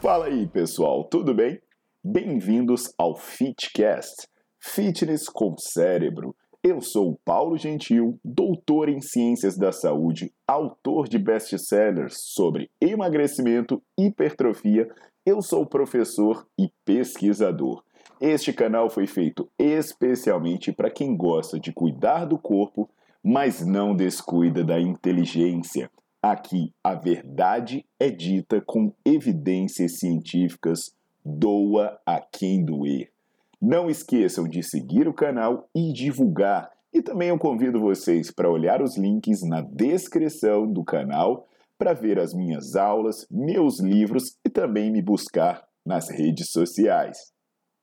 Fala aí, pessoal, tudo bem? Bem-vindos ao Fitcast, Fitness com Cérebro. Eu sou o Paulo Gentil, doutor em Ciências da Saúde, autor de best-sellers sobre emagrecimento, hipertrofia. Eu sou professor e pesquisador. Este canal foi feito especialmente para quem gosta de cuidar do corpo, mas não descuida da inteligência. Aqui, a verdade é dita com evidências científicas, doa a quem doer. Não esqueçam de seguir o canal e divulgar. E também eu convido vocês para olhar os links na descrição do canal para ver as minhas aulas, meus livros e também me buscar nas redes sociais.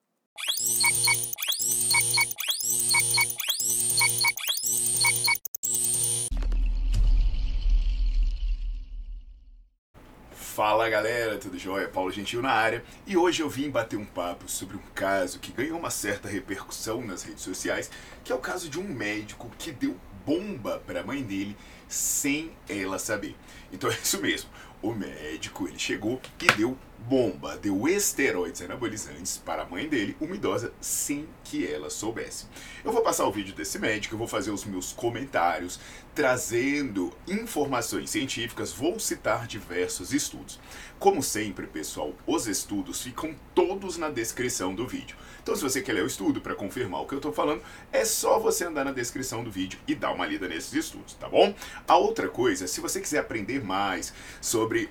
Fala galera, tudo jóia? Paulo Gentil na área e hoje eu vim bater um papo sobre um caso que ganhou uma certa repercussão nas redes sociais, que é o caso de um médico que deu bomba para a mãe dele sem ela saber. Então é isso mesmo, o médico ele chegou e deu bomba, deu esteroides anabolizantes para a mãe dele, uma idosa, sem que ela soubesse. Eu vou passar o vídeo desse médico, eu vou fazer os meus comentários, trazendo informações científicas, vou citar diversos estudos. Como sempre, pessoal, os estudos ficam todos na descrição do vídeo. Então, se você quer ler o estudo para confirmar o que eu estou falando, é só você andar na descrição do vídeo e dar uma lida nesses estudos, tá bom? A outra coisa, se você quiser aprender mais sobre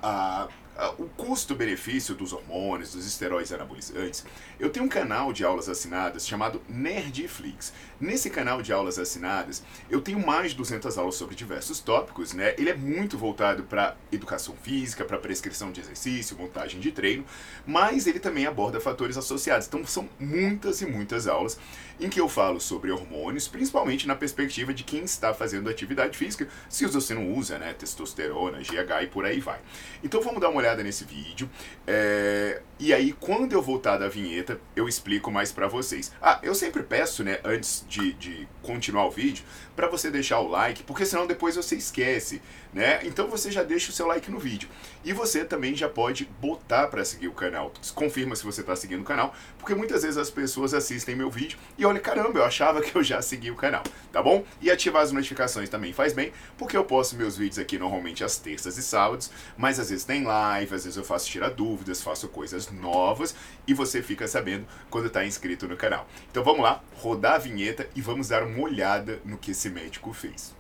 o custo-benefício dos hormônios, dos esteroides anabolizantes, eu tenho um canal de aulas assinadas chamado Nerdflix. Nesse canal de aulas assinadas, eu tenho mais de 200 aulas sobre diversos tópicos, né? Ele é muito voltado para educação física, para prescrição de exercício, montagem de treino, mas ele também aborda fatores associados. Então são muitas e muitas aulas em que eu falo sobre hormônios, principalmente na perspectiva de quem está fazendo atividade física, se você não usa, né, testosterona, GH e por aí vai. Então vamos dar uma olhada nesse vídeo, e aí quando eu voltar da vinheta, eu explico mais pra vocês. Eu sempre peço, né, antes de continuar o vídeo, pra você deixar o like, porque senão depois você esquece, né? Então você já deixa o seu like no vídeo. E você também já pode botar pra seguir o canal. Confirma se você tá seguindo o canal, porque muitas vezes as pessoas assistem meu vídeo e olha, caramba, eu achava que eu já segui o canal, tá bom? E ativar as notificações também faz bem, porque eu posto meus vídeos aqui normalmente às terças e sábados, mas às vezes tem live, às vezes eu faço tirar dúvidas, faço coisas novas e você fica sabendo quando tá inscrito no canal. Então vamos lá, rodar a vinheta e vamos dar uma olhada no que esse médico fez.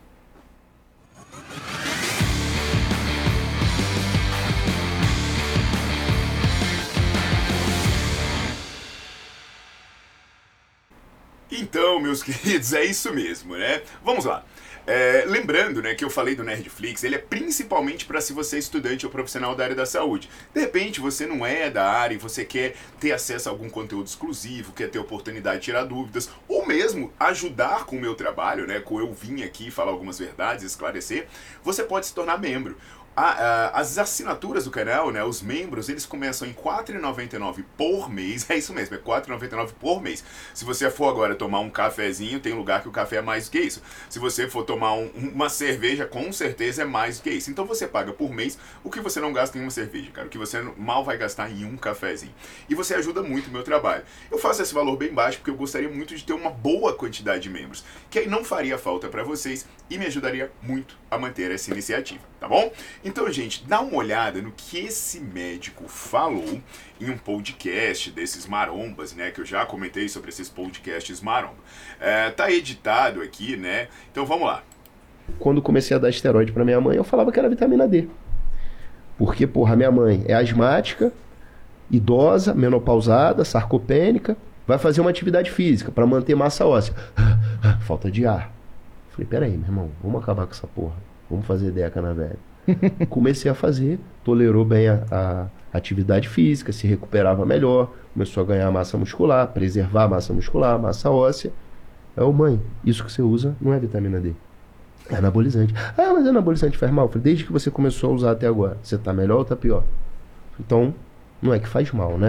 Então, meus queridos, é isso mesmo, né? Vamos lá. Lembrando, né, que eu falei do Nerdflix, ele é principalmente para se você é estudante ou profissional da área da saúde. De repente você não é da área e você quer ter acesso a algum conteúdo exclusivo, quer ter oportunidade de tirar dúvidas, ou mesmo ajudar com o meu trabalho, né, com eu vim aqui falar algumas verdades, esclarecer, você pode se tornar membro. As assinaturas do canal, né, os membros, eles começam em R$ 4,99 por mês, é isso mesmo, é R$ 4,99 por mês. Se você for agora tomar um cafezinho, tem lugar que o café é mais do que isso. Se você for tomar uma cerveja, com certeza é mais do que isso. Então você paga por mês o que você não gasta em uma cerveja, cara, o que você mal vai gastar em um cafezinho. E você ajuda muito o meu trabalho. Eu faço esse valor bem baixo porque eu gostaria muito de ter uma boa quantidade de membros, que aí não faria falta para vocês e me ajudaria muito a manter essa iniciativa, tá bom? Então, gente, dá uma olhada no que esse médico falou em um podcast desses marombas, né? Que eu já comentei sobre esses podcasts maromba. Tá editado aqui, né? Então vamos lá. Quando comecei a dar esteroide pra minha mãe, eu falava que era vitamina D. Porque, porra, minha mãe é asmática, idosa, menopausada, sarcopênica, vai fazer uma atividade física pra manter massa óssea. Falta de ar. Falei, peraí, meu irmão, vamos acabar com essa porra. Vamos fazer DECA na velha. Comecei a fazer, tolerou bem a atividade física, se recuperava melhor, começou a ganhar massa muscular, preservar a massa muscular, massa óssea. Mãe, isso que você usa não é vitamina D, é anabolizante. Mas anabolizante faz mal? Eu falei, desde que você começou a usar até agora, você tá melhor ou tá pior? Então, não é que faz mal, né?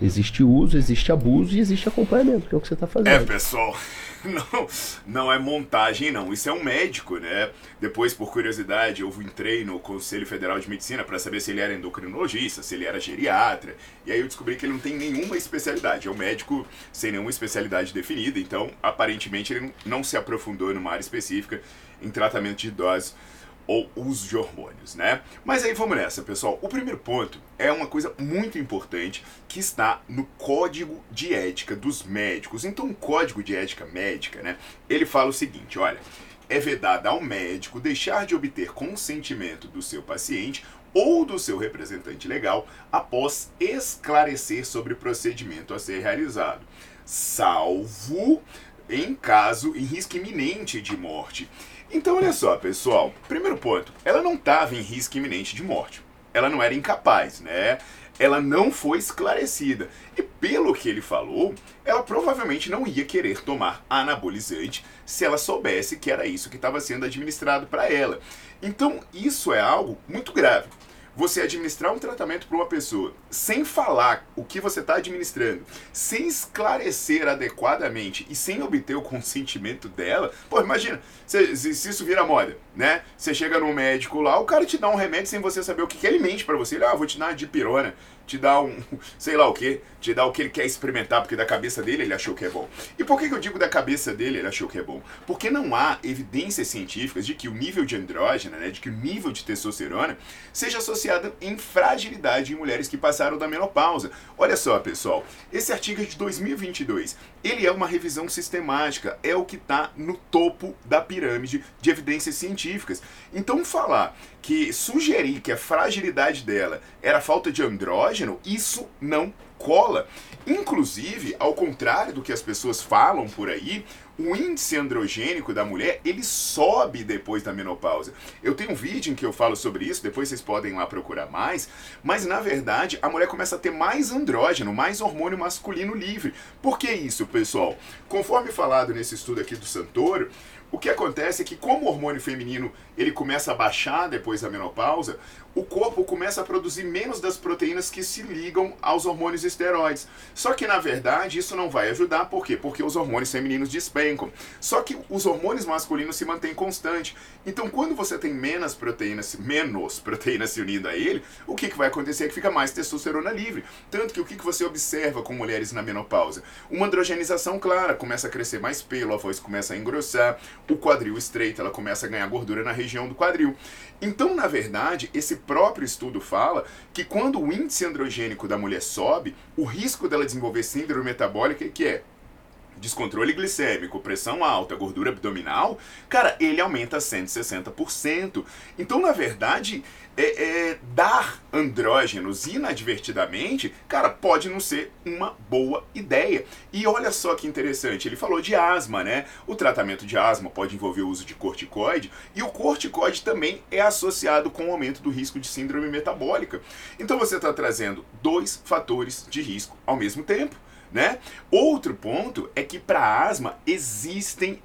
Existe uso, existe abuso e existe acompanhamento, que é o que você está fazendo. Pessoal, não é montagem, não. Isso é um médico, né? Depois, por curiosidade, eu entrei no Conselho Federal de Medicina para saber se ele era endocrinologista, se ele era geriatra. E aí eu descobri que ele não tem nenhuma especialidade. É um médico sem nenhuma especialidade definida. Então, aparentemente, ele não se aprofundou numa área específica em tratamento de idosos ou uso de hormônios, né? Mas aí vamos nessa, pessoal. O primeiro ponto é uma coisa muito importante que está no Código de Ética dos Médicos. Então, o Código de Ética Médica, né? Ele fala o seguinte, olha, é vedado ao médico deixar de obter consentimento do seu paciente ou do seu representante legal após esclarecer sobre o procedimento a ser realizado, salvo em risco iminente de morte. Então, olha só, pessoal. Primeiro ponto, ela não estava em risco iminente de morte. Ela não era incapaz, né? Ela não foi esclarecida. E pelo que ele falou, ela provavelmente não ia querer tomar anabolizante se ela soubesse que era isso que estava sendo administrado para ela. Então, isso é algo muito grave. Você administrar um tratamento para uma pessoa sem falar o que você está administrando, sem esclarecer adequadamente e sem obter o consentimento dela, pô, imagina, se isso vira moda, né? Você chega no médico lá, o cara te dá um remédio sem você saber o que ele mente para você. Ele, vou te dar uma dipirona, te dá sei lá o que, te dá o que ele quer experimentar, porque da cabeça dele ele achou que é bom. E por que eu digo da cabeça dele ele achou que é bom? Porque não há evidências científicas de que o nível de andrógeno, né, de que o nível de testosterona seja associado em fragilidade em mulheres que passaram da menopausa. Olha só, pessoal, esse artigo é de 2022. Ele é uma revisão sistemática, é o que está no topo da pirâmide de evidências científicas. Então sugerir que a fragilidade dela era falta de andrógeno, isso não cola. Inclusive, ao contrário do que as pessoas falam por aí, o índice androgênico da mulher, ele sobe depois da menopausa. Eu tenho um vídeo em que eu falo sobre isso, depois vocês podem lá procurar mais, mas na verdade a mulher começa a ter mais andrógeno, mais hormônio masculino livre. Por que isso, pessoal? Conforme falado nesse estudo aqui do Santoro, o que acontece é que como o hormônio feminino ele começa a baixar depois da menopausa, o corpo começa a produzir menos das proteínas que se ligam aos hormônios esteroides. Só que na verdade isso não vai ajudar, por quê? Porque os hormônios femininos despencam. Só que os hormônios masculinos se mantêm constantes. Então quando você tem menos proteínas se unindo a ele, o que vai acontecer é que fica mais testosterona livre. Tanto que o que você observa com mulheres na menopausa? Uma androgenização clara, começa a crescer mais pelo, a voz começa a engrossar, o quadril estreito, ela começa a ganhar gordura na região do quadril. Então, na verdade, esse próprio estudo fala que quando o índice androgênico da mulher sobe, o risco dela desenvolver síndrome metabólica, que é descontrole glicêmico, pressão alta, gordura abdominal, cara, ele aumenta 160%. Então, na verdade, dar andrógenos inadvertidamente, cara, pode não ser uma boa ideia. E olha só que interessante, ele falou de asma, né? O tratamento de asma pode envolver o uso de corticoide, e o corticoide também é associado com o aumento do risco de síndrome metabólica. Então você está trazendo dois fatores de risco ao mesmo tempo, né? Outro ponto é que para asma existem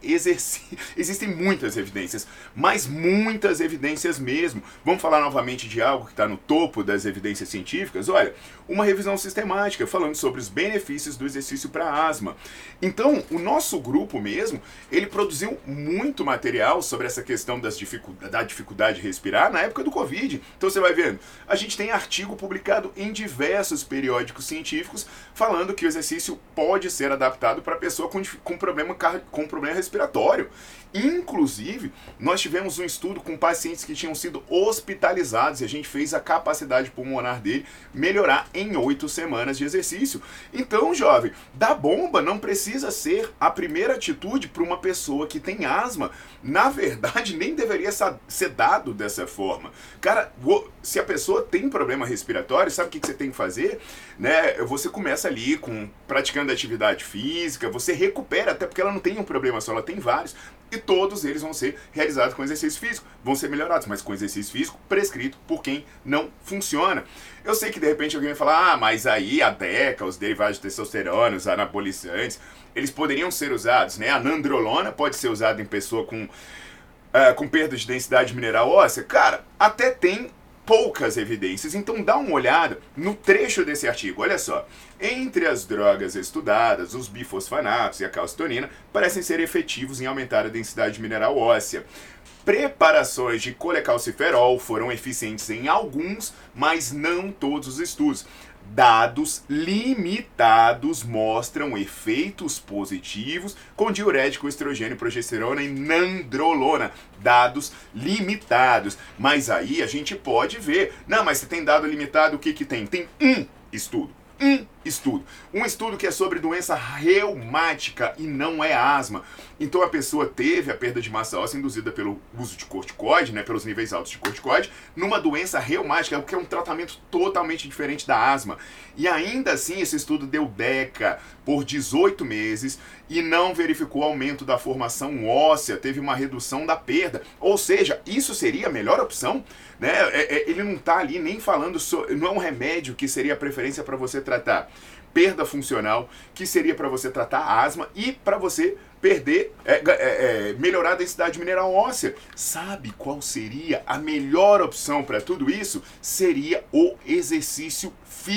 muitas evidências, mas muitas evidências mesmo. Vamos falar novamente de algo que está no topo das evidências científicas? Olha, uma revisão sistemática falando sobre os benefícios do exercício para asma. Então, o nosso grupo mesmo, ele produziu muito material sobre essa questão da dificuldade de respirar na época do Covid. Então você vai vendo, a gente tem artigo publicado em diversos periódicos científicos falando que o exercício pode ser adaptado para pessoa com problema respiratório. Inclusive, nós tivemos um estudo com pacientes que tinham sido hospitalizados e a gente fez a capacidade pulmonar dele melhorar em 8 semanas de exercício. Então, jovem, dar bomba não precisa ser a primeira atitude para uma pessoa que tem asma. Na verdade, nem deveria ser dado dessa forma. Cara, se a pessoa tem problema respiratório, sabe o que você tem que fazer? Né? Você começa ali praticando atividade física, você recupera, até porque ela não tem um problema só, ela tem vários. E todos eles vão ser realizados com exercício físico, vão ser melhorados, mas com exercício físico prescrito por quem não funciona. Eu sei que de repente alguém vai falar, mas aí a DECA, os derivados de testosterona, os anabolizantes, eles poderiam ser usados, né? A nandrolona pode ser usada em pessoa com perda de densidade mineral óssea. Cara, até tem poucas evidências. Então dá uma olhada no trecho desse artigo. Olha só. Entre as drogas estudadas, os bifosfanatos e a calcitonina parecem ser efetivos em aumentar a densidade mineral óssea. Preparações de colecalciferol foram eficientes em alguns, mas não todos os estudos. Dados limitados mostram efeitos positivos com diurético, estrogênio, progesterona e nandrolona. Dados limitados. Mas aí a gente pode ver. Não, mas se tem dado limitado, o que tem? Tem um estudo. Um estudo que é sobre doença reumática e não é asma. Então a pessoa teve a perda de massa óssea induzida pelo uso de corticoide, né, pelos níveis altos de corticoide, numa doença reumática, que é um tratamento totalmente diferente da asma. E ainda assim esse estudo deu DECA por 18 meses e não verificou aumento da formação óssea, teve uma redução da perda. Ou seja, isso seria a melhor opção? Né? Ele não está ali nem falando, não é um remédio que seria a preferência para você tratar perda funcional, que seria para você tratar asma e para você melhorar a densidade mineral óssea. Sabe qual seria a melhor opção para tudo isso? Seria o exercício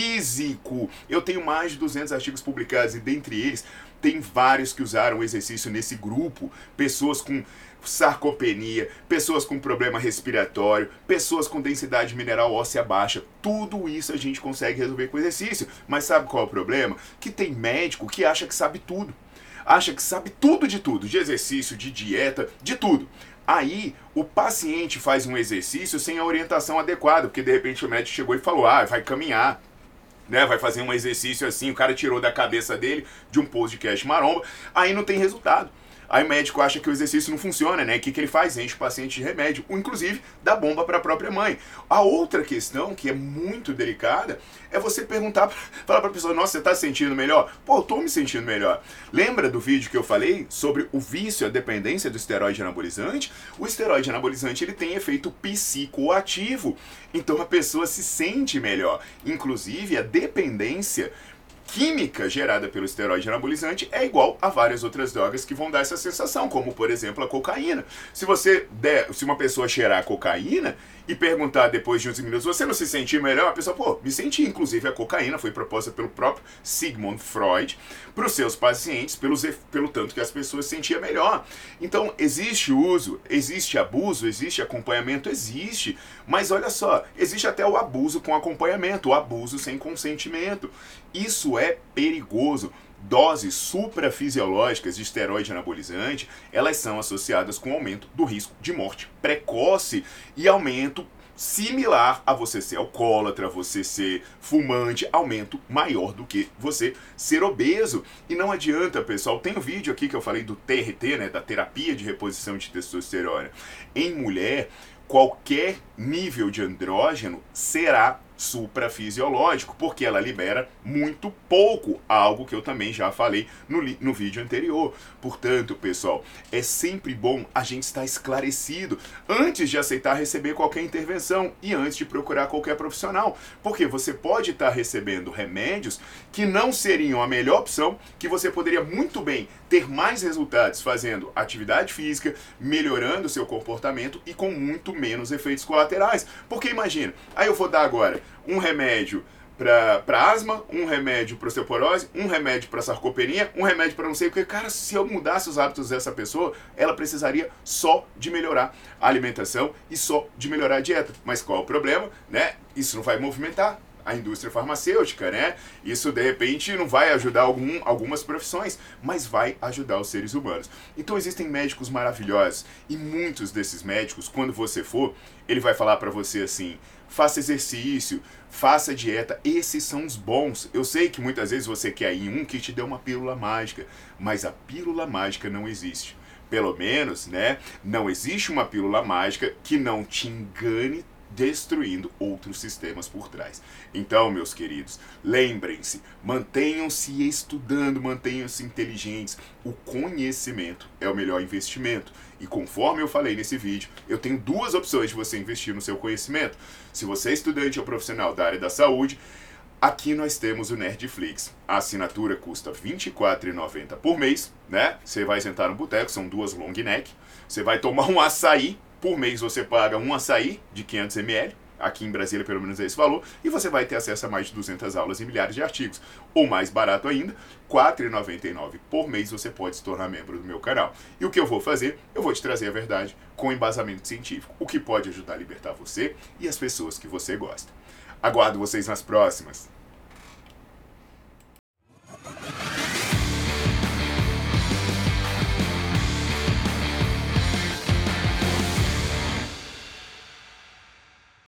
físico. Eu tenho mais de 200 artigos publicados e dentre eles tem vários que usaram o exercício nesse grupo. Pessoas com sarcopenia, pessoas com problema respiratório, pessoas com densidade mineral óssea baixa. Tudo isso a gente consegue resolver com exercício. Mas sabe qual é o problema? Que tem médico que acha que sabe tudo. Acha que sabe tudo, de exercício, de dieta, de tudo. Aí o paciente faz um exercício sem a orientação adequada, porque de repente o médico chegou e falou, vai caminhar, né, vai fazer um exercício assim, o cara tirou da cabeça dele de um podcast maromba, aí não tem resultado. Aí o médico acha que o exercício não funciona, né? O que ele faz? Enche o paciente de remédio, ou inclusive dá bomba para a própria mãe. A outra questão, que é muito delicada, é você falar para a pessoa, nossa, você está se sentindo melhor? Pô, eu estou me sentindo melhor. Lembra do vídeo que eu falei sobre o vício, a dependência do esteroide anabolizante? O esteroide anabolizante, ele tem efeito psicoativo, então a pessoa se sente melhor. Inclusive, a dependência química gerada pelo esteroide anabolizante é igual a várias outras drogas que vão dar essa sensação, como por exemplo a cocaína. Se uma pessoa cheirar a cocaína e perguntar depois de uns minutos, você não se sentiu melhor? A pessoa, me senti. Inclusive a cocaína foi proposta pelo próprio Sigmund Freud para os seus pacientes, pelo tanto que as pessoas se sentiam melhor. Então existe uso, existe abuso, existe acompanhamento, existe. Mas olha só, existe até o abuso com acompanhamento, o abuso sem consentimento. Isso é perigoso. Doses suprafisiológicas de esteroide anabolizante, elas são associadas com aumento do risco de morte precoce e aumento similar a você ser alcoólatra, você ser fumante, aumento maior do que você ser obeso. E não adianta, pessoal, tem um vídeo aqui que eu falei do TRT, né, da terapia de reposição de testosterona. Em mulher, qualquer nível de andrógeno será suprafisiológico, porque ela libera muito pouco, algo que eu também já falei no vídeo anterior. Portanto, pessoal, é sempre bom a gente estar esclarecido antes de aceitar receber qualquer intervenção e antes de procurar qualquer profissional, porque você pode estar recebendo remédios que não seriam a melhor opção, que você poderia muito bem ter mais resultados fazendo atividade física, melhorando seu comportamento e com muito menos efeitos colaterais. Porque imagina, aí eu vou dar agora um remédio para asma, um remédio para osteoporose, um remédio para sarcopenia, um remédio para não sei o que. Cara, se eu mudasse os hábitos dessa pessoa, ela precisaria só de melhorar a alimentação e só de melhorar a dieta. Mas qual é o problema, né? Isso não vai movimentar a indústria farmacêutica, né? Isso, de repente, não vai ajudar algumas profissões, mas vai ajudar os seres humanos. Então, existem médicos maravilhosos e muitos desses médicos, quando você for, ele vai falar para você assim, faça exercício, faça dieta, esses são os bons. Eu sei que muitas vezes você quer ir em um que te dê uma pílula mágica, mas a pílula mágica não existe. Pelo menos, né, não existe uma pílula mágica que não te engane destruindo outros sistemas por trás. Então, meus queridos, lembrem-se, mantenham-se estudando, mantenham-se inteligentes. O conhecimento é o melhor investimento. E conforme eu falei nesse vídeo, eu tenho duas opções de você investir no seu conhecimento. Se você é estudante ou profissional da área da saúde, aqui nós temos o Nerdflix. A assinatura custa R$ 24,90 por mês, né? Você vai sentar no boteco, são 2 long neck. Você vai tomar um açaí. Por mês você paga um açaí de 500 ml, aqui em Brasília pelo menos é esse valor, e você vai ter acesso a mais de 200 aulas e milhares de artigos. Ou mais barato ainda, R$ 4,99 por mês você pode se tornar membro do meu canal. E o que eu vou fazer? Eu vou te trazer a verdade com embasamento científico, o que pode ajudar a libertar você e as pessoas que você gosta. Aguardo vocês nas próximas.